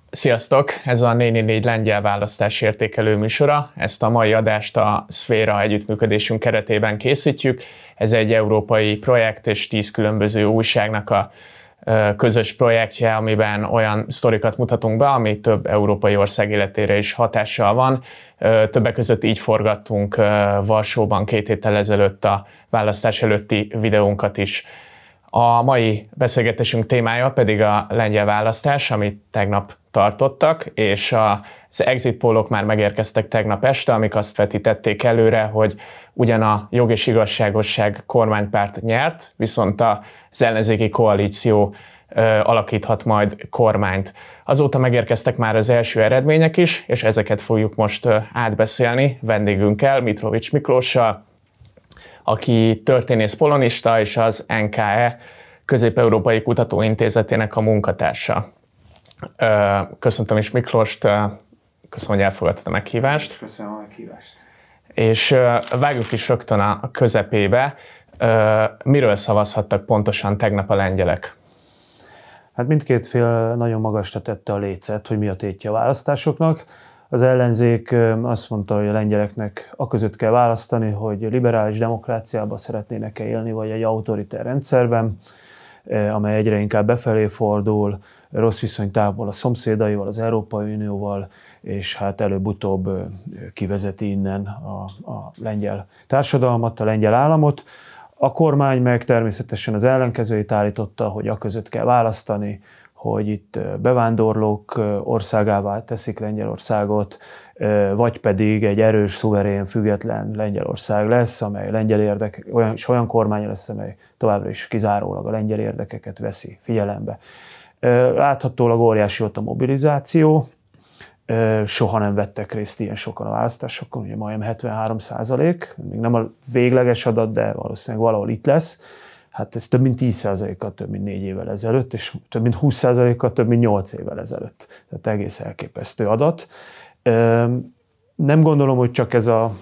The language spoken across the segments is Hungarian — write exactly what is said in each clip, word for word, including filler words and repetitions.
Sziasztok! Ez a négy négy négy lengyel választás értékelő műsora. Ezt a mai adást a Szféra együttműködésünk keretében készítjük. Ez egy európai projekt és tíz különböző újságnak a közös projektje, amiben olyan sztorikat mutatunk be, ami több európai ország életére is hatással van. Többek között így forgattunk Varsóban két héttel ezelőtt a választás előtti videónkat is. A mai beszélgetésünk témája pedig a lengyel választás, amit tegnap tartottak, és az exit pollok már megérkeztek tegnap este, amik azt vetítették előre, hogy ugyan a Jog és Igazságosság kormánypárt nyert, viszont az ellenzéki koalíció alakíthat majd kormányt. Azóta megérkeztek már az első eredmények is, és ezeket fogjuk most átbeszélni vendégünkkel, Mitrovics Miklóssal, aki történész polonista és az en ká e Közép-Európai Kutatóintézetének a munkatársa. Köszöntöm is Miklóst, köszönöm, hogy elfogadtad a meghívást. Köszönöm a meghívást. És vágjuk is rögtön a közepébe. Miről szavazhattak pontosan tegnap a lengyelek? Hát mindkét fél nagyon magasra tette a lécet, hogy mi a tétje a választásoknak. Az ellenzék azt mondta, hogy a lengyeleknek aközött kell választani, hogy liberális demokráciában szeretnének-e élni, vagy egy autoriter rendszerben, amely egyre inkább befelé fordul, rossz viszonyt tápol a szomszédaival, az Európai Unióval, és hát előbb-utóbb kivezeti innen a, a lengyel társadalmat, a lengyel államot. A kormány meg természetesen az ellenkezőjét állította, hogy aközött kell választani, hogy itt bevándorlók országává teszik Lengyelországot, vagy pedig egy erős, szuverén, független Lengyelország lesz, amely lengyel érdek, olyan, és olyan kormánya lesz, amely továbbra is kizárólag a lengyel érdekeket veszi figyelembe. Láthatólag óriási ott a mobilizáció, soha nem vettek részt ilyen sokan a választásokon, ugye majdnem hetvenhárom százalék, még nem a végleges adat, de valószínűleg valahol itt lesz. Hát ez több mint tíz százalékkal több, mint négy évvel ezelőtt, és több mint húsz százalékkal több, mint nyolc évvel ezelőtt. Tehát egész elképesztő adat. Nem gondolom, hogy csak ez a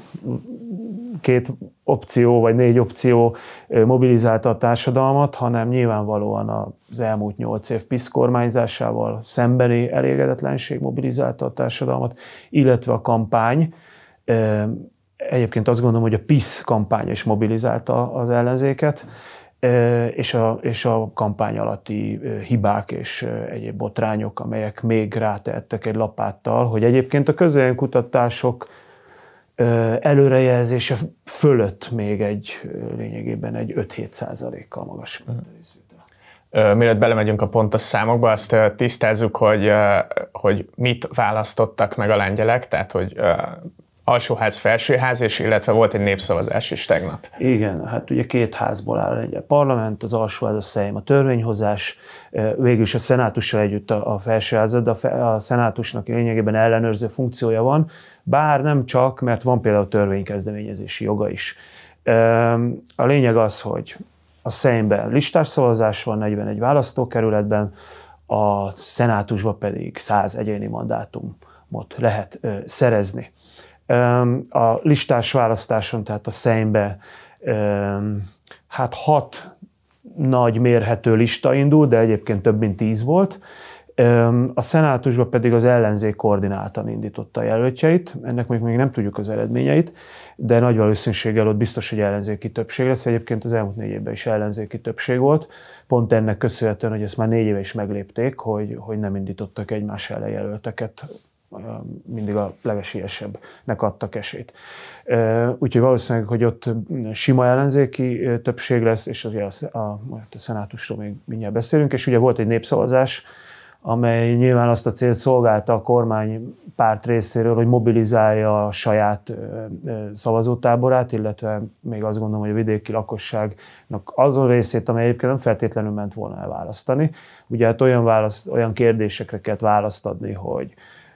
két opció, vagy négy opció mobilizálta a társadalmat, hanem nyilvánvalóan az elmúlt nyolc év PiS kormányzásával szembeni elégedetlenség mobilizálta a társadalmat, illetve a kampány. Egyébként azt gondolom, hogy a PiS kampány is mobilizálta az ellenzéket, és a, és a kampány alatti hibák és egyéb botrányok, amelyek még rátehettek egy lapáttal, hogy egyébként a közvéleménykutatások előrejelzése fölött még egy lényegében egy öt-hét százalékkal magas. Mielőtt belemegyünk a pontos számokba, azt tisztázzuk, hogy, hogy mit választottak meg a lengyelek, tehát hogy alsóház, felsőház, és illetve volt egy népszavazás is tegnap. Igen, hát ugye két házból áll a lengyel parlament, az alsóház a Szejm, a törvényhozás, végül is a szenátussal együtt a felsőház, de a szenátusnak lényegében ellenőrző funkciója van, bár nem csak, mert van például törvénykezdeményezési joga is. A lényeg az, hogy a Szejmben listás szavazás van negyvenegy választókerületben, a szenátusban pedig száz egyéni mandátumot lehet szerezni. A listás választáson, tehát a Szejmbe hát hat nagy mérhető lista indult, de egyébként több mint tíz volt. A szenátusban pedig az ellenzék koordináltan indította a jelöltjeit, ennek még, még nem tudjuk az eredményeit, de nagy valószínűséggel ott biztos, hogy ellenzéki többség lesz. Egyébként az elmúlt négy évben is ellenzéki többség volt, pont ennek köszönhetően, hogy ezt már négy éve is meglépték, hogy, hogy nem indítottak egymás ellen jelölteket, mindig a legesélyesebbnek adtak esélyt. Úgyhogy valószínűleg, hogy ott sima ellenzéki többség lesz, és ugye a, a, a szenátusról még mindjárt beszélünk, és ugye volt egy népszavazás, amely nyilván azt a célt szolgálta a kormánypárt részéről, hogy mobilizálja a saját szavazótáborát, illetve még azt gondolom, hogy a vidéki lakosságnak azon részét, amely egyébként nem feltétlenül ment volna elválasztani. Ugye hát olyan, választ, olyan kérdésekre kellett választ adni, hogy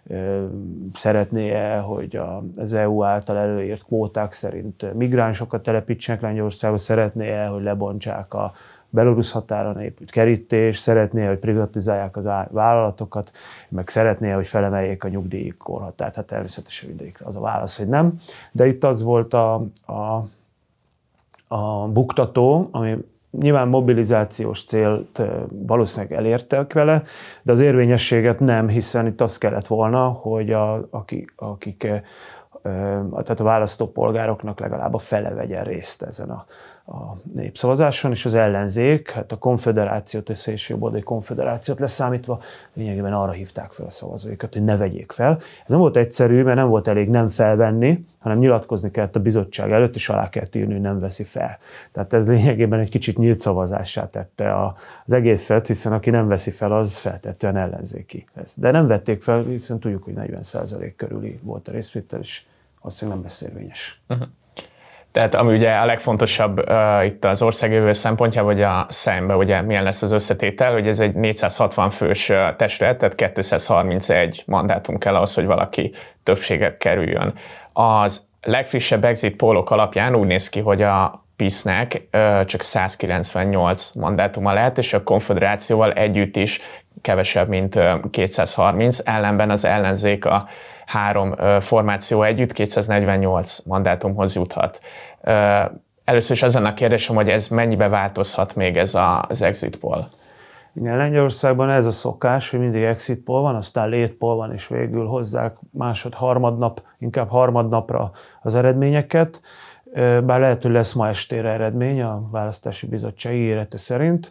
szeretné-e, hogy az é u által előírt kvóták szerint migránsokat telepítsenek Lengyelországba, szeretné-e, hogy lebontsák a belorusz határon épült kerítés, szeretné, hogy privatizálják az vállalatokat, meg szeretné, hogy felemeljék a nyugdíjkorhatárt. Hát természetesen mindegyikre az a válasz, hogy nem. De itt az volt a, a, a buktató, ami nyilván mobilizációs célt valószínűleg elértek vele, de az érvényességet nem, hiszen itt az kellett volna, hogy a, akik, akik tehát a választópolgároknak legalább a fele vegyen részt ezen a, a népszavazáson, és az ellenzék, hát a konföderációt, a szélsőjobboldali konföderációt leszámítva lényegében arra hívták fel a szavazóikat, hogy ne vegyék fel. Ez nem volt egyszerű, mert nem volt elég nem felvenni, hanem nyilatkozni kellett a bizottság előtt, és alá kellett írni, hogy nem veszi fel. Tehát ez lényegében egy kicsit nyílt szavazássá tette az egészet, hiszen aki nem veszi fel, az feltetően ellenzéki lesz. De nem vették fel, hiszen tudjuk, hogy negyven százalék körüli volt a részvétel, és azt nem lesz érvényes. Uh-huh. Tehát ami ugye a legfontosabb uh, itt az országjövő szempontjából, hogy a Szejmben ugye milyen lesz az összetétel, hogy ez egy négyszázhatvan fős uh, testület, tehát kétszázharmincegy mandátum kell ahhoz, hogy valaki többséget kerüljön. Az legfrissebb exit pollok alapján úgy néz ki, hogy a PiS-nek uh, csak százkilencvennyolc mandátuma lehet, és a konföderációval együtt is kevesebb, mint uh, kétszázharminc, ellenben az ellenzék a három formáció együtt kétszáznegyvennyolc mandátumhoz juthat. Először is ezen a kérdésem, hogy ez mennyibe változhat még ez az exit poll? Igen, Lengyelországban ez a szokás, hogy mindig exit poll van, aztán late poll van, és végül hozzák másod, harmadnap, inkább harmadnapra az eredményeket. Bár lehet, hogy lesz ma estére eredmény a Választási Bizottság ígérete szerint.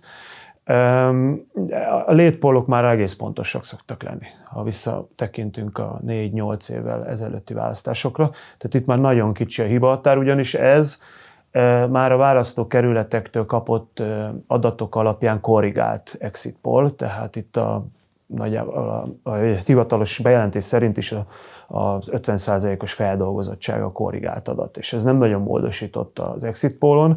A late pollok már egész pontosak szoktak lenni, ha visszatekintünk a négy-nyolc évvel ezelőtti választásokra. Tehát itt már nagyon kicsi a hibahatár, ugyanis ez már a választókerületektől kapott adatok alapján korrigált exit poll, tehát itt a, nagyjából a, a, a hivatalos bejelentés szerint is a, az ötven százalékos feldolgozottsága a korrigált adat, és ez nem nagyon módosított az exit pollon.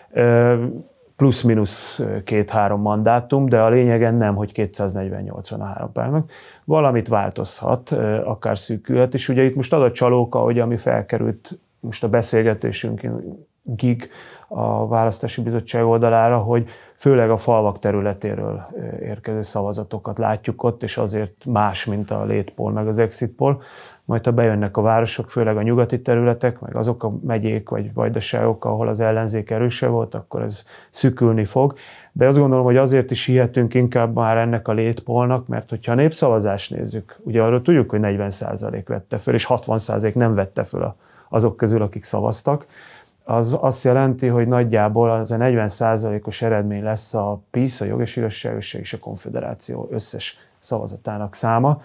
Plusz-minusz két-három mandátum, de a lényegen nem, hogy kétszáznegyvennyolc van a három pártnak. Valamit változhat, akár szűkülhet, és ugye itt most az a csalóka, hogy ami felkerült most a beszélgetésünkig a Választási Bizottság oldalára, hogy főleg a falvak területéről érkező szavazatokat látjuk ott, és azért más, mint a late poll meg az exit poll. Majd ha bejönnek a városok, főleg a nyugati területek, meg azok a megyék vagy vajdaságok, ahol az ellenzék erősebb volt, akkor ez szűkülni fog. De azt gondolom, hogy azért is hihetünk inkább már ennek a late pollnak, mert hogyha a népszavazást nézzük, ugye arról tudjuk, hogy negyven százalék vette föl, és hatvan százalék nem vette föl azok közül, akik szavaztak, az azt jelenti, hogy nagyjából az a negyven százalékos eredmény lesz a PiS, a Jog és Igazságosság és a Konföderáció összes szavazatának száma.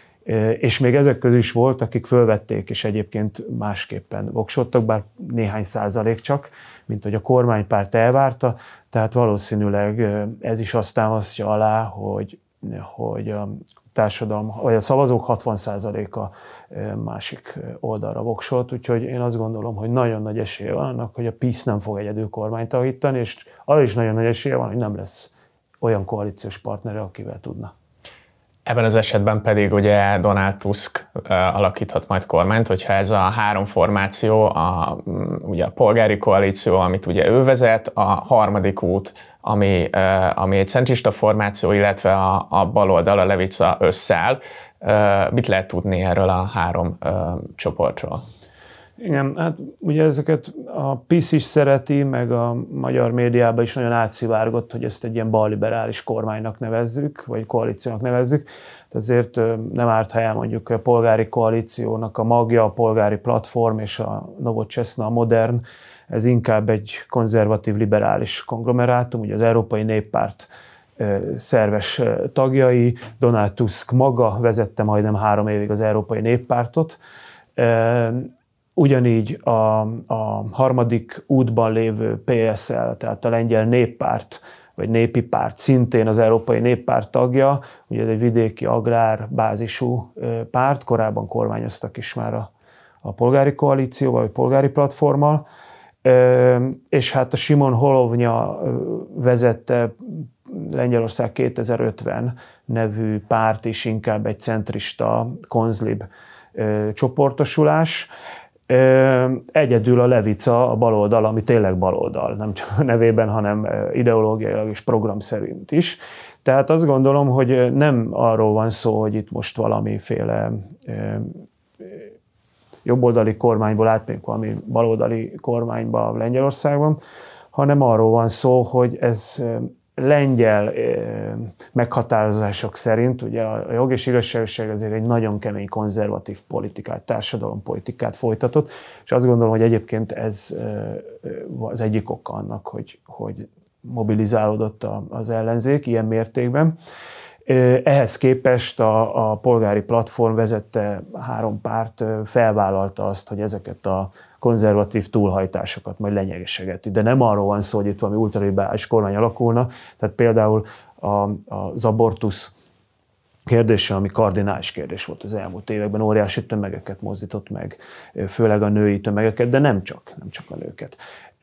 És még ezek közül is volt, akik fölvették, és egyébként másképpen voksottak, bár néhány százalék csak, mint hogy a kormánypárt elvárta, tehát valószínűleg ez is azt támasztja alá, hogy, hogy a társadalom, vagy a szavazók hatvan százaléka másik oldalra voksolt, úgyhogy én azt gondolom, hogy nagyon nagy esélye van annak, hogy a PiS nem fog egyedül kormányt alakítani, és arra is nagyon nagy esélye van, hogy nem lesz olyan koalíciós partnere, akivel tudna. Ebben az esetben pedig ugye Donald Tusk alakíthat majd kormányt, hogyha ez a három formáció, a, ugye a polgári koalíció, amit ugye ő vezet, a harmadik út, ami, ami egy centrista formáció, illetve a, a baloldal, a Levica összeáll. Mit lehet tudni erről a három csoportról? Igen, hát ugye ezeket a PiS is szereti, meg a magyar médiában is nagyon átszivárgott, hogy ezt egy ilyen balliberális kormánynak nevezzük, vagy koalíciónak nevezzük. Ezért nem árt, ha elmondjuk, hogy a polgári koalíciónak a magja, a polgári platform és a Nowoczesna, a Modern, ez inkább egy konzervatív liberális konglomerátum, ugye az Európai Néppárt szerves tagjai, Donald Tusk maga vezette majdnem három évig az Európai Néppártot. Ugyanígy a, a harmadik útban lévő pé es el, tehát a lengyel néppárt, vagy népi párt, szintén az Európai Néppárt tagja, ugye ez egy vidéki agrárbázisú párt, korábban kormányoztak is már a, a polgári koalícióval, vagy polgári platformmal, és hát a Simon Holovnya vezette Lengyelország kétezer-ötven nevű párt is inkább egy centrista konzlib csoportosulás. Egyedül a Levica, a baloldal, ami tényleg baloldal, nem csak a nevében, hanem ideológiailag és program szerint is. Tehát azt gondolom, hogy nem arról van szó, hogy itt most valamiféle jobboldali kormányból átmegyünk valami baloldali kormányba Lengyelországban, hanem arról van szó, hogy ez lengyel meghatározások szerint, ugye a jog és igazságosság azért egy nagyon kemény konzervatív politikát, társadalompolitikát folytatott, és azt gondolom, hogy egyébként ez az egyik oka annak, hogy, hogy mobilizálódott az ellenzék ilyen mértékben. Ehhez képest a, a polgári platform vezette három párt felvállalta azt, hogy ezeket a konzervatív túlhajtásokat majd lenyegesegeti. De nem arról van szó, hogy itt valami ultraliberális kormány alakulna, tehát például a, az abortusz kérdése, ami kardinális kérdés volt az elmúlt években, óriási tömegeket mozdított meg, főleg a női tömegeket, de nem csak, nem csak a nőket.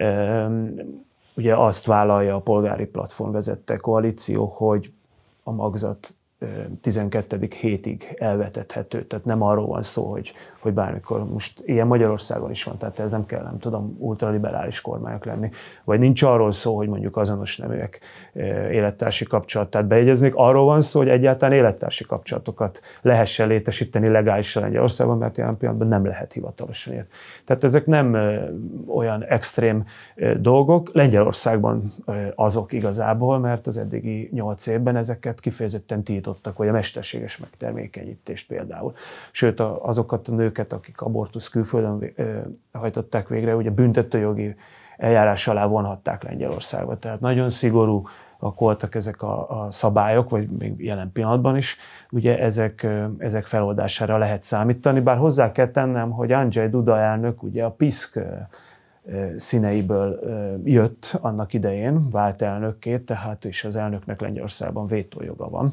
Ugye azt vállalja a polgári platform vezette koalíció, hogy a magzat tizenkettedik hétig elvetethető. Tehát nem arról van szó, hogy, hogy bármikor, most ilyen Magyarországon is van, tehát ez nem kell, nem tudom, ultraliberális kormányok lenni. Vagy nincs arról szó, hogy mondjuk azonos neműek élettársi kapcsolatát bejegyeznék. Arról van szó, hogy egyáltalán élettársi kapcsolatokat lehessen létesíteni legálisan Lengyelországban, mert jelen pillanatban nem lehet hivatalosan ilyet. Tehát ezek nem olyan extrém dolgok. Lengyelországban azok igazából, mert az eddigi nyolc évben ezeket kifejezetten tiltott, vagy a mesterséges megtermékenyítést például. Sőt, azokat a nőket, akik abortusz külföldön hajtották végre, ugye büntetőjogi eljárás alá vonhatták Lengyelországba. Tehát nagyon szigorú voltak ezek a, a szabályok, vagy még jelen pillanatban is, ugye ezek, ezek feloldására lehet számítani, bár hozzá kell tennem, hogy Andrzej Duda elnök ugye a PiSK színeiből jött annak idején, vált elnökké, tehát és az elnöknek Lengyelországban vétójoga van,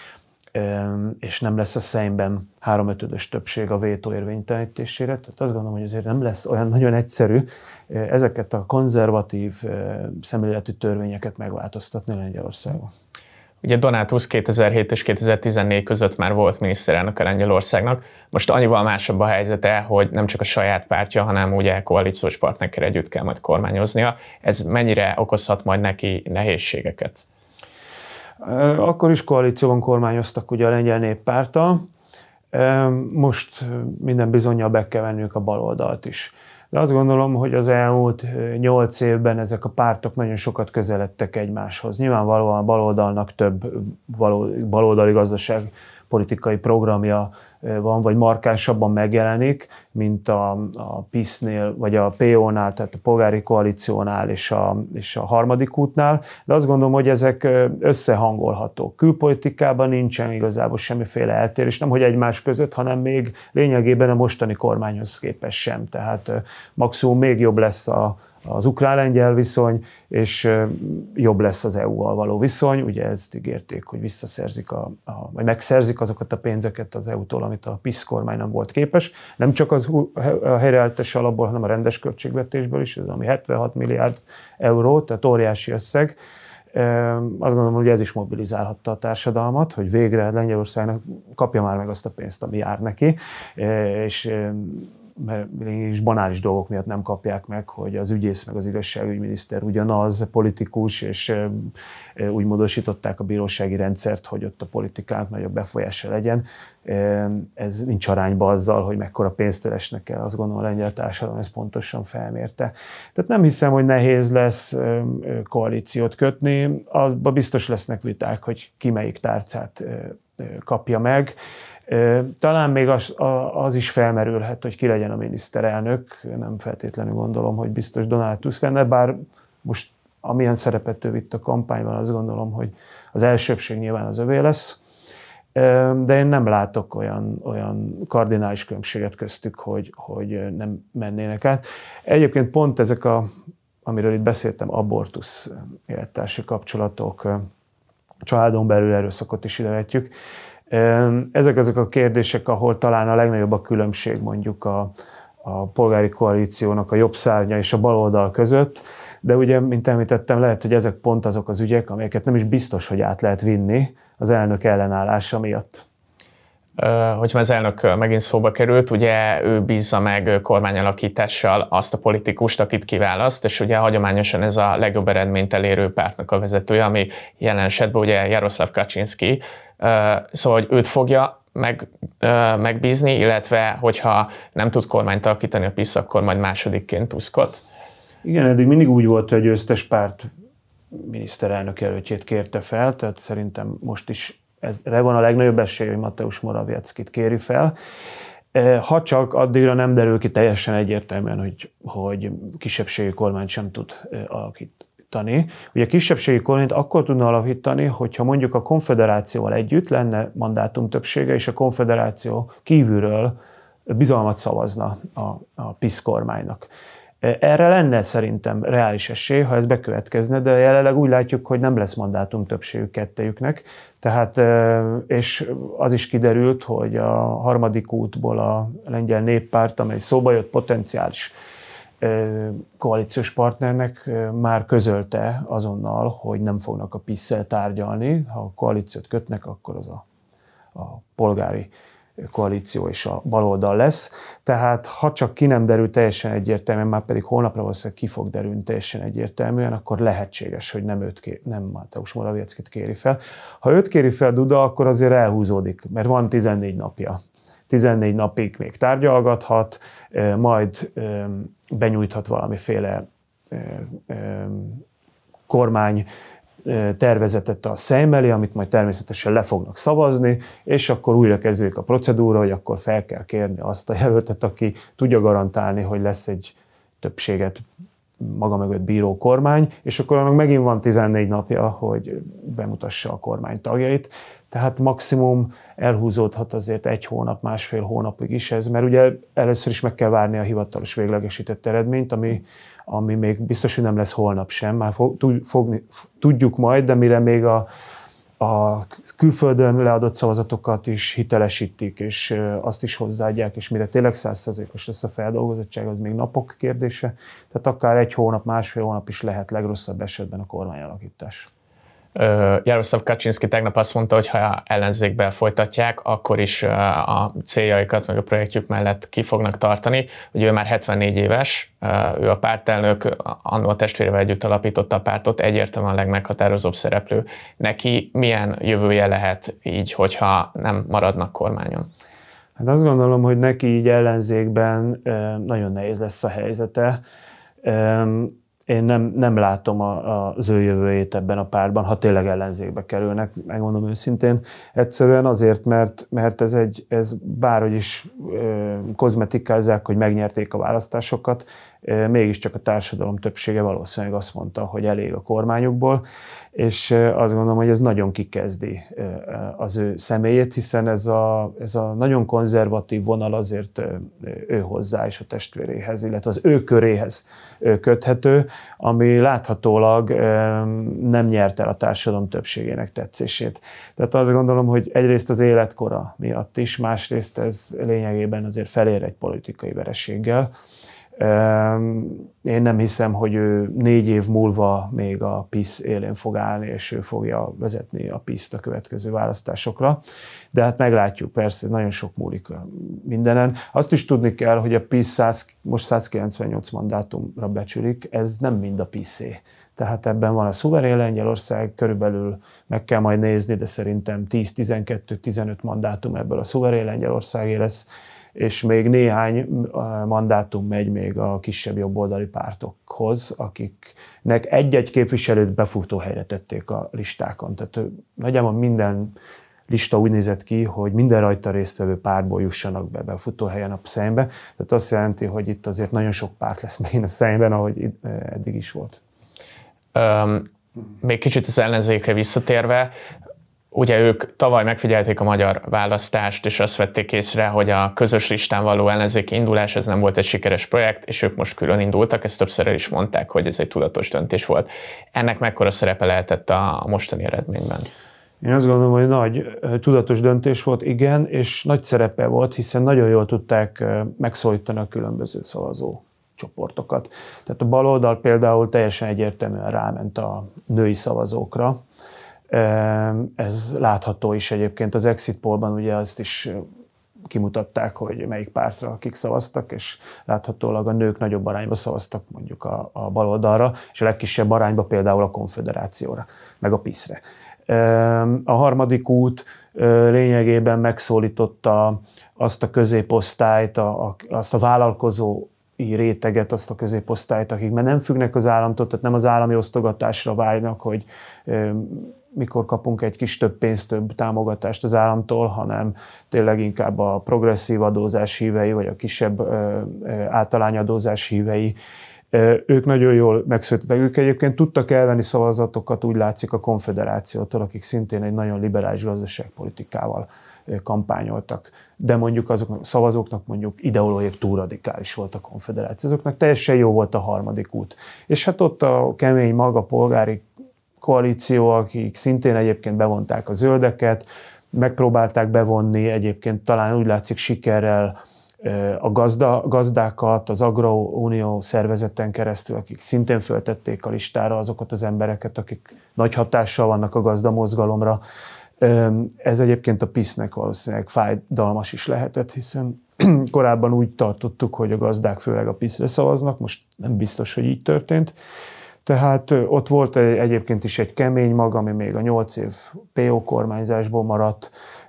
és nem lesz a Szeimben háromötödös többség a vétó érvénytelenítésére, tehát azt gondolom, hogy azért nem lesz olyan nagyon egyszerű ezeket a konzervatív szemléletű törvényeket megváltoztatni Lengyelországon. Ugye Donald Tusk kétezer-hét és kétezer-tizennégy között már volt miniszterelnök a Lengyelországnak. Most annyival másabb a helyzete, hogy nem csak a saját pártja, hanem ugye koalíciós partnerekkel együtt kell majd kormányoznia. Ez mennyire okozhat majd neki nehézségeket? Akkor is koalícióban kormányoztak ugye a Lengyel Néppárttal. Most minden bizonnyal be kell vennünk a baloldalt is. De azt gondolom, hogy az elmúlt nyolc évben ezek a pártok nagyon sokat közeledtek egymáshoz. Nyilvánvalóan a baloldalnak több baloldali gazdaságpolitikai programja van, vagy markánsabban megjelenik, mint a, a PiS-nél, vagy a pé ó-nál, tehát a polgári koalíciónál és a, és a harmadik útnál, de azt gondolom, hogy ezek összehangolhatók. Külpolitikában nincsen igazából semmiféle eltérés, nem hogy egymás között, hanem még lényegében a mostani kormányhoz képest sem. Tehát maximum még jobb lesz a az ukrán-lengyel viszony, és jobb lesz az é u-val való viszony. Ugye ezt ígérték, hogy visszaszerzik, a, a, vagy megszerzik azokat a pénzeket az é u-tól, amit a PiS kormány nem volt képes. Nem csak az a helyreállítási alapból, hanem a rendes költségvetésből is, ez ami hetvenhat milliárd euró, tehát óriási összeg. Azt gondolom, hogy ez is mobilizálhatta a társadalmat, hogy végre Lengyelországnak kapja már meg azt a pénzt, ami jár neki, és mert is banális dolgok miatt nem kapják meg, hogy az ügyész meg az igazságügyminiszter ugyanaz politikus, és úgy módosították a bírósági rendszert, hogy ott a politikának nagyobb befolyása legyen. Ez nincs arányba azzal, hogy mekkora pénzt esnek el, azt gondolom a lengyel társadalom ezt pontosan felmérte. Tehát nem hiszem, hogy nehéz lesz koalíciót kötni, abban biztos lesznek viták, hogy ki melyik tárcát kapja meg. Talán még az, az is felmerülhet, hogy ki legyen a miniszterelnök. Nem feltétlenül gondolom, hogy biztos Donald Tusk lenne, bár most amilyen szerepet ő vitt a kampányban, azt gondolom, hogy az elsőbbség nyilván az övé lesz. De én nem látok olyan, olyan kardinális különbséget köztük, hogy, hogy nem mennének át. Egyébként pont ezek, a, amiről itt beszéltem, abortusz, élettársi kapcsolatok, családon belül erőszakot is idevetjük. Ezek azok a kérdések, ahol talán a legnagyobb a különbség mondjuk a, a polgári koalíciónak a jobb szárnya és a baloldal között, de ugye, mint említettem, lehet, hogy ezek pont azok az ügyek, amelyeket nem is biztos, hogy át lehet vinni az elnök ellenállása miatt. Hogyha az elnök megint szóba került, ugye ő bízza meg kormányalakítással azt a politikust, akit kiválaszt, és ugye hagyományosan ez a legjobb eredményt elérő pártnak a vezetője, ami jelen esetben ugye Jaroszláv Kaczynszki, szóval hogy őt fogja meg, megbízni, illetve hogyha nem tud kormányt alakítani a PiS, akkor majd másodikként Tuskot. Igen, eddig mindig úgy volt, hogy a győztes párt miniszterelnök jelöltjét kérte fel, tehát szerintem most is ezre van a legnagyobb esély, hogy Mateusz Morawieckit kéri fel. Ha csak addigra nem derül ki teljesen egyértelműen, hogy, hogy kisebbségi kormányt sem tud alakítani. Ugye kisebbségi kormányt akkor tudna alakítani, hogyha mondjuk a konfederációval együtt lenne mandátum többsége, és a konfederáció kívülről bizalmat szavazna a, a PiS kormánynak. Erre lenne szerintem reális esély, ha ez bekövetkezne, de jelenleg úgy látjuk, hogy nem lesz mandátum többségük kettejüknek. Tehát, és az is kiderült, hogy a harmadik útból a lengyel néppárt, amely szóba jött potenciális koalíciós partnernek, már közölte azonnal, hogy nem fognak a PiS-szel tárgyalni. Ha a koalíciót kötnek, akkor az a, a polgári koalíció és a baloldal lesz. Tehát ha csak ki nem derül teljesen egyértelműen, már pedig holnapra valószínűleg ki fog derülni teljesen egyértelműen, akkor lehetséges, hogy nem, őt kér, nem Mateusz Morawieckit kéri fel. Ha őt kéri fel Duda, akkor azért elhúzódik, mert van tizennégy napja. tizennégy napig még tárgyalgathat, majd benyújthat valamiféle kormány tervezetet a Szejm elé, amit majd természetesen le fognak szavazni, és akkor újra kezdődik a procedúra, hogy akkor fel kell kérni azt a jelöltet, aki tudja garantálni, hogy lesz egy többséget maga mögött bíró kormány, és akkor annak megint van tizennégy napja, hogy bemutassa a kormány tagjait. Tehát maximum elhúzódhat azért egy hónap, másfél hónapig is ez, mert ugye először is meg kell várni a hivatalos véglegesített eredményt, ami, ami még biztos, hogy nem lesz holnap sem, már fog, fogni, tudjuk majd, de mire még a, a külföldön leadott szavazatokat is hitelesítik, és azt is hozzáadják, és mire tényleg száz százalékos lesz a feldolgozottság, az még napok kérdése. Tehát akár egy hónap, másfél hónap is lehet legrosszabb esetben a kormányalakítás. Jaroszlav Kaczynszki tegnap azt mondta, hogy ha ellenzékben folytatják, akkor is a céljaikat, meg a projektjük mellett ki fognak tartani. Ugye ő már hetvennégy éves, ő a pártelnök, annó a testvérével együtt alapította a pártot, egyértelműen a legmeghatározóbb szereplő. Neki milyen jövője lehet így, hogyha nem maradnak kormányon? Hát azt gondolom, hogy neki így ellenzékben nagyon nehéz lesz a helyzete. Én nem, nem látom a, az ő jövőjét ebben a pártban, ha tényleg ellenzékbe kerülnek, megmondom őszintén. Egyszerűen azért, mert, mert ez, egy, ez bárhogy is ö, kozmetikázzák, hogy megnyerték a választásokat, ö, mégiscsak a társadalom többsége valószínűleg azt mondta, hogy elég a kormányukból, és azt gondolom, hogy ez nagyon kikezdi az ő személyét, hiszen ez a, ez a nagyon konzervatív vonal azért ő hozzá és a testvéréhez, illetve az ő köréhez köthető, ami láthatólag nem nyert el a társadalom többségének tetszését. Tehát azt gondolom, hogy egyrészt az életkora miatt is, másrészt ez lényegében azért felér egy politikai vereséggel. Én nem hiszem, hogy ő négy év múlva még a PiS élén fog állni, és ő fogja vezetni a PiS-t a következő választásokra. De hát meglátjuk, persze, nagyon sok múlik mindenen. Azt is tudni kell, hogy a PiS száz, most százkilencvennyolc mandátumra becsülik, ez nem mind a PiS-é. Tehát ebben van a szuverén Lengyelország, körülbelül meg kell majd nézni, de szerintem tíz, tizenkettő, tizenöt mandátum ebből a szuverén Lengyelországé lesz, és még néhány mandátum megy még a kisebb jobboldali pártokhoz, akiknek egy-egy képviselőt befutó helyre tették a listákon. Tehát nagyjából minden lista úgy nézett ki, hogy minden rajta résztvevő pártból jussanak be befutó helyen a Szejmbe. Tehát azt jelenti, hogy itt azért nagyon sok párt lesz megint a Szejmben, ahogy eddig is volt. Um, még kicsit az ellenzékre visszatérve, ugye ők tavaly megfigyelték a magyar választást, és azt vették észre, hogy a közös listán való ellenzéki indulás ez nem volt egy sikeres projekt, és ők most külön indultak, ezt többször el is mondták, hogy ez egy tudatos döntés volt. Ennek mekkora szerepe lehetett a mostani eredményben? Én azt gondolom, hogy nagy tudatos döntés volt, igen, és nagy szerepe volt, hiszen nagyon jól tudták megszólítani a különböző szavazó csoportokat. Tehát a baloldal például teljesen egyértelműen ráment a női szavazókra. Ez látható is egyébként az exit pollban, ugye azt is kimutatták, hogy melyik pártra akik szavaztak, és láthatólag a nők nagyobb arányba szavaztak mondjuk a, a baloldalra, és a legkisebb arányba például a konföderációra, meg a PiS-re. A harmadik út lényegében megszólította azt a középosztályt, azt a vállalkozó réteget, azt a középosztályt, akik már nem függnek az államtól, tehát nem az állami osztogatásra vágynak, hogy mikor kapunk egy kis több pénzt, több támogatást az államtól, hanem tényleg inkább a progresszív adózás hívei, vagy a kisebb általányadózás hívei. Ők nagyon jól megszülettek. Ők egyébként tudtak elvenni szavazatokat, úgy látszik, a Konfederációtól, akik szintén egy nagyon liberális gazdaságpolitikával kampányoltak. De mondjuk azok a szavazóknak mondjuk ideológiai túl radikális volt a Konfederáció. Azoknak teljesen jó volt a harmadik út. És hát ott a kemény maga polgári koalíció, akik szintén egyébként bevonták a zöldeket, megpróbálták bevonni egyébként talán úgy látszik sikerrel a gazda, gazdákat, az Agrounió szervezeten keresztül, akik szintén föltették a listára azokat az embereket, akik nagy hatással vannak a gazdamozgalomra. Ez egyébként a PiS-nek valószínűleg fájdalmas is lehetett, hiszen korábban úgy tartottuk, hogy a gazdák főleg a PiS-re szavaznak, most nem biztos, hogy így történt. Tehát ott volt egyébként is egy kemény mag, ami még a nyolc év pé o kormányzásból maradt.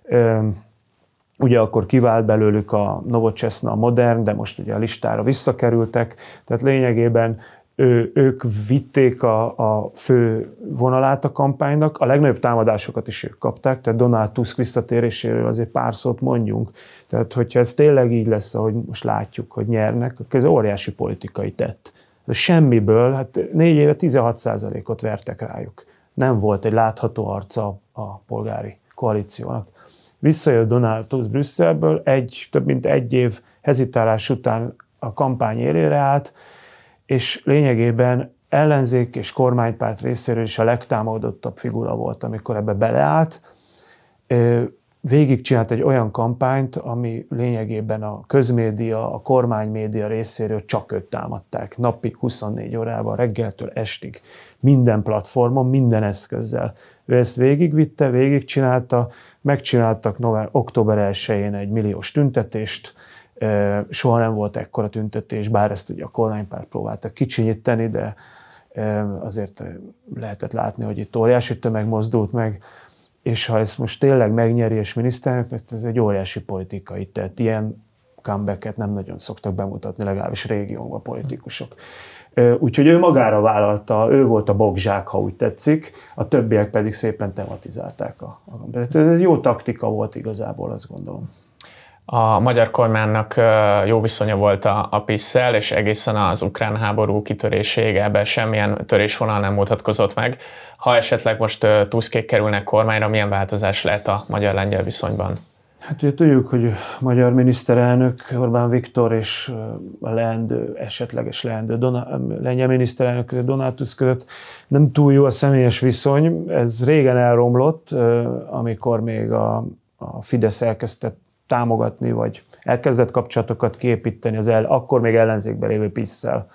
Ugye akkor kivált belőlük a Nowoczesna, a Modern, de most ugye a listára visszakerültek. Tehát lényegében ő, ők vitték a, a fő vonalát a kampánynak, a legnagyobb támadásokat is ők kapták, tehát Donald Tusk visszatéréséről azért pár szót mondjunk. Tehát hogyha ez tényleg így lesz, ahogy most látjuk, hogy nyernek, akkor ez óriási politikai tett. Semmiből, hát négy éve tizenhat százalékot vertek rájuk. Nem volt egy látható arca a polgári koalíciónak. Visszajött Donald Tusk Brüsszelből, egy, több mint egy év hezitálás után a kampány élére állt, és lényegében ellenzék és kormánypárt részéről is a legtámogatott figura volt, amikor ebbe beleállt. Végigcsinált egy olyan kampányt, ami lényegében a közmédia, a kormánymédia részéről csak őt támadták. Napi huszonnégy órában, reggeltől estig, minden platformon, minden eszközzel. Ő ezt végigvitte, végigcsinálta, megcsináltak november, október elsején egy milliós tüntetést, soha nem volt ekkora tüntetés, bár ezt ugye a kormánypárt próbálta kicsinyíteni, de azért lehetett látni, hogy itt óriási tömeg mozdult meg, és ha ezt most tényleg megnyeri és miniszterelnök, ez egy óriási politikai tett. Ilyen comebacket nem nagyon szoktak bemutatni, legalábbis régiónkban politikusok. Úgyhogy ő magára vállalta, ő volt a bokzsák, ha úgy tetszik, a többiek pedig szépen tematizálták. A, a, ez egy jó taktika volt igazából, azt gondolom. A magyar kormánynak jó viszonya volt a, a PiS-szel, és egészen az ukrán háború kitöréséig ebben semmilyen törésvonal nem mutatkozott meg. Ha esetleg most Tuskék kerülnek kormányra, milyen változás lehet a magyar-lengyel viszonyban? Hát ugye tudjuk, hogy a magyar miniszterelnök Orbán Viktor és a leendő, esetleges leendő Dona, lengyel miniszterelnök között, Donald Tusk között nem túl jó a személyes viszony. Ez régen elromlott, amikor még a, a Fidesz elkezdett támogatni, vagy elkezdett kapcsolatokat kiépíteni az el, akkor még ellenzékben lévő PiS-szel.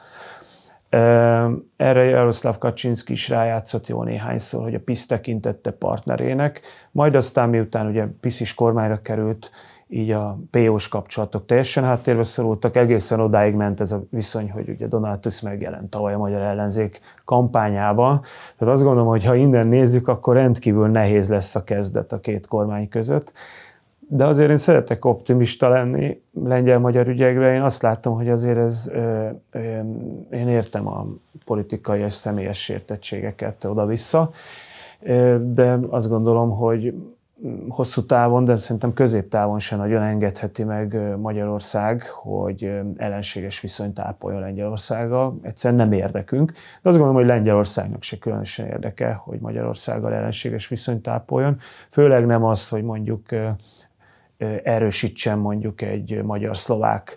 Erre Jaroszláv Kaczynszki is rájátszott jó néhányszor, hogy a PiS tekintette partnerének, majd aztán miután ugye PiS is kormányra került, így a pé ó-s kapcsolatok teljesen háttérbe szorultak, egészen odáig ment ez a viszony, hogy ugye Donald Tusk megjelent tavaly a magyar ellenzék kampányában. Tehát azt gondolom, hogy ha innen nézzük, akkor rendkívül nehéz lesz a kezdet a két kormány között. De azért én szeretek optimista lenni lengyel-magyar ügyekben. Én azt látom, hogy azért ez, ö, ö, én értem a politikai és személyes sértettségeket oda-vissza, ö, de azt gondolom, hogy hosszú távon, de szerintem középtávon sem nagyon engedheti meg Magyarország, hogy ellenséges viszonyt ápoljon Lengyelországgal. Egyszerűen nem érdekünk. De azt gondolom, hogy Lengyelországnak se különösen érdeke, hogy Magyarországgal ellenséges viszonyt ápoljon. Főleg nem azt, hogy mondjuk erősítsen mondjuk egy magyar-szlovák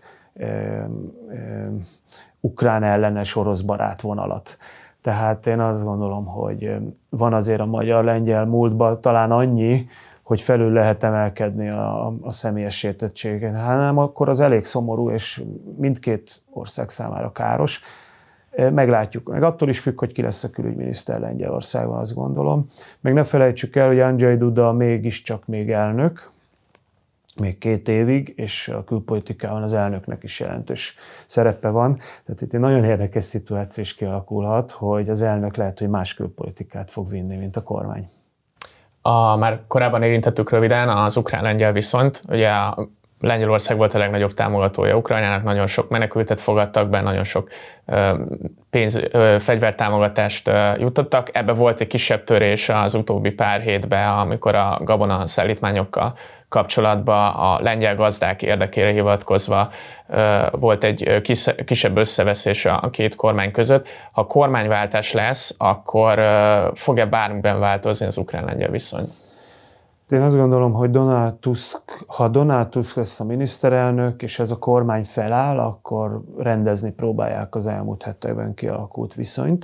ukrán ellenes orosz barát vonalat. Tehát én azt gondolom, hogy van azért a magyar-lengyel múltban talán annyi, hogy felül lehet emelkedni a, a személyes sértettségen. Hát nem, akkor az elég szomorú, és mindkét ország számára káros. Meglátjuk. Meg attól is függ, hogy ki lesz a külügyminiszter Lengyelországban, azt gondolom. Meg ne felejtsük el, hogy Andrzej Duda mégiscsak még elnök, még két évig, és a külpolitikában az elnöknek is jelentős szerepe van. Tehát itt egy nagyon érdekes szituáció is kialakulhat, hogy az elnök lehet, hogy más külpolitikát fog vinni, mint a kormány. A, már korábban érintettük röviden az ukrán-lengyel viszonyt. Ugye Lengyelország volt a legnagyobb támogatója Ukrajnának, nagyon sok menekültet fogadtak be, nagyon sok pénz, fegyvertámogatást jutottak. Ebbe volt egy kisebb törés az utóbbi pár hétben, amikor a gabona szállítmányokkal kapcsolatban a lengyel gazdák érdekére hivatkozva volt egy kisebb összeveszés a két kormány között. Ha kormányváltás lesz, akkor fog-e bármiben változni az ukrán-lengyel viszony? Én azt gondolom, hogy Donald Tusk, ha Donald Tusk lesz a miniszterelnök, és ez a kormány feláll, akkor rendezni próbálják az elmúlt hetekben kialakult viszonyt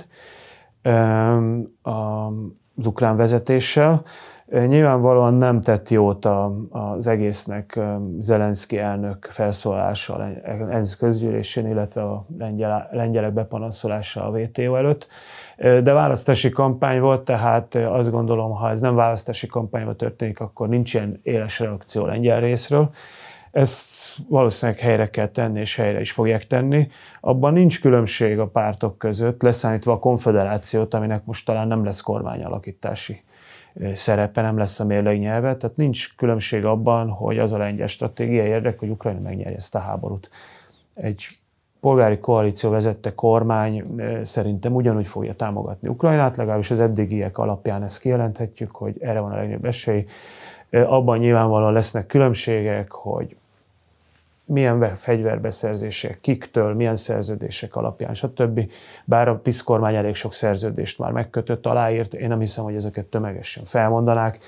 az ukrán vezetéssel. Nyilvánvalóan nem tett jót az egésznek Zelenszky elnök felszólalása ENSZ közgyűlésén, illetve a lengyel, lengyelek bepanaszolása a vé té o előtt. De választási kampány volt, tehát azt gondolom, ha ez nem választási kampányban történik, akkor nincs ilyen éles reakció lengyel részről. Ezt valószínűleg helyre kell tenni, és helyre is fogják tenni. Abban nincs különbség a pártok között, leszámítva a konfederációt, aminek most talán nem lesz kormányalakítási szerepe, nem lesz a mérleg nyelve, tehát nincs különbség abban, hogy az a lengyel stratégiai érdek, hogy Ukrajna megnyerje ezt a háborút. Egy polgári koalíció vezette kormány szerintem ugyanúgy fogja támogatni Ukrajnát, legalábbis az eddigiek alapján ezt kijelenthetjük, hogy erre van a legnagyobb esély. Abban nyilvánvalóan lesznek különbségek, hogy milyen fegyverbeszerzések, kiktől, milyen szerződések alapján, stb. Bár a PiS kormány elég sok szerződést már megkötött, aláírt, én nem hiszem, hogy ezeket tömegesen felmondanák.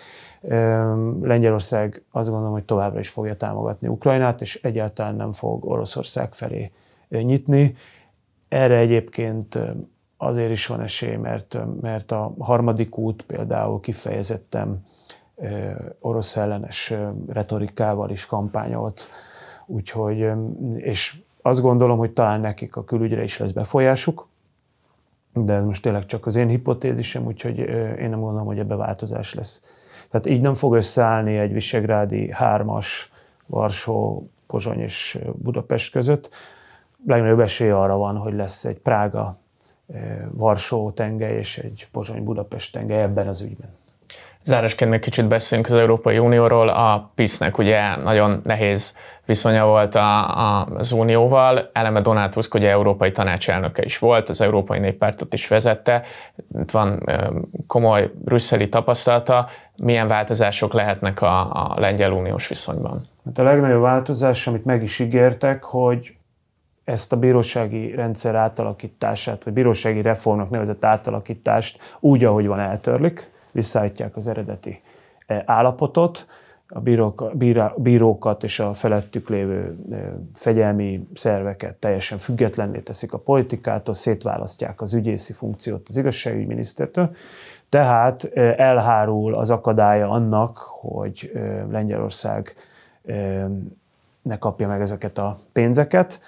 Lengyelország azt gondolom, hogy továbbra is fogja támogatni Ukrajnát, és egyáltalán nem fog Oroszország felé nyitni. Erre egyébként azért is van esély, mert, mert a harmadik út például kifejezetten orosz ellenes retorikával is kampányolt, úgyhogy, és azt gondolom, hogy talán nekik a külügyre is lesz befolyásuk, de ez most tényleg csak az én hipotézisem, úgyhogy én nem gondolom, hogy ebbe változás lesz. Tehát így nem fog összeállni egy visegrádi hármas, Varsó, Pozsony és Budapest között. Legnagyobb esély arra van, hogy lesz egy Prága, Varsó tengely és egy Pozsony-Budapest tengely ebben az ügyben. Zárásként még kicsit beszélünk az Európai Unióról. A PiS-nek ugye nagyon nehéz viszonya volt a, a, az Unióval. Eleme Donald Tusk ugye európai tanácselnöke is volt, az Európai Néppártot is vezette. Itt van komoly brüsszeli tapasztalata. Milyen változások lehetnek a, a lengyel uniós viszonyban? Hát a legnagyobb változás, amit meg is ígértek, hogy ezt a bírósági rendszer átalakítását, vagy bírósági reformnak nevezett átalakítást úgy, ahogy van, eltörlik, visszaállítják az eredeti állapotot, a bírók, bírá, bírókat és a felettük lévő fegyelmi szerveket teljesen függetlenné teszik a politikától, szétválasztják az ügyészi funkciót az igazságügyminisztertől, tehát elhárul az akadálya annak, hogy Lengyelország ne kapja meg ezeket a pénzeket.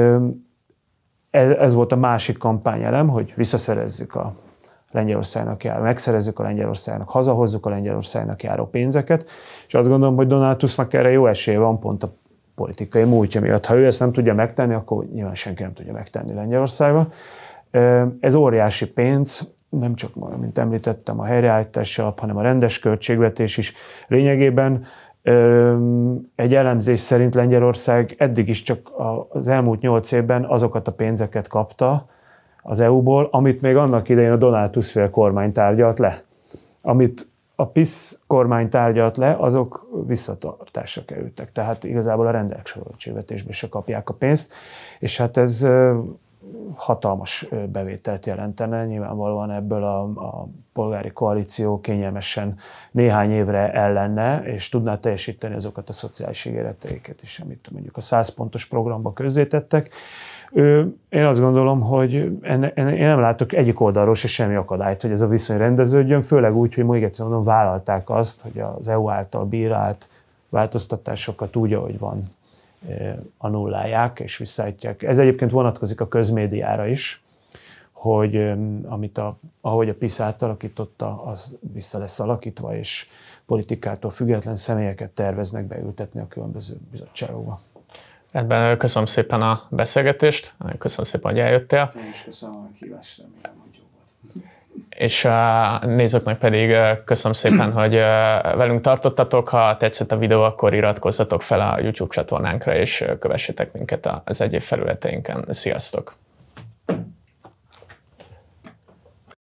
Ez volt a másik kampányelem, hogy visszaszerezzük a Lengyelországnak járó, megszerezzük a Lengyelországnak, hazahozzuk a Lengyelországnak járó pénzeket, és azt gondolom, hogy Donald Tusknak erre jó esélye van pont a politikai múltja miatt. Ha ő ezt nem tudja megtenni, akkor nyilván senki nem tudja megtenni Lengyelországban. Ez óriási pénz, nem csak, mint említettem, a helyreállítási alap, hanem a rendes költségvetés is. Lényegében egy elemzés szerint Lengyelország eddig is csak az elmúlt nyolc évben azokat a pénzeket kapta az é u-ból, amit még annak idején a Donald Tusk-féle kormány tárgyalt le. Amit a PiS kormány tárgyalt le, azok visszatartásra kerültek. Tehát igazából a rendes költségvetésből se kapják a pénzt, és hát ez hatalmas bevételt jelentene. Nyilvánvalóan ebből a, a polgári koalíció kényelmesen néhány évre ellenne, és tudná teljesíteni azokat a szociális ígéreteiket is, amit mondjuk a száz pontos programba közzétettek. Én azt gondolom, hogy enne, enne, én nem látok egyik oldalról se semmi akadályt, hogy ez a viszony rendeződjön, főleg úgy, hogy még egyszer mondom, vállalták azt, hogy az é u által bírált változtatásokat úgy, ahogy van, annullálják és visszaállítják. Ez egyébként vonatkozik a közmédiára is, hogy amit a, ahogy a PiS átalakította, az vissza lesz alakítva, és politikától független személyeket terveznek beültetni a különböző bizottságokba. Rendben, köszönöm szépen a beszélgetést, köszönöm szépen, hogy eljöttél. Én is köszönöm a kívást, remélem, hogy jó volt. és a nézőknek pedig köszönöm szépen, hogy velünk tartottatok. Ha tetszett a videó, akkor iratkozzatok fel a YouTube csatornánkra, és kövessetek minket az egyéb felületeinken. Sziasztok!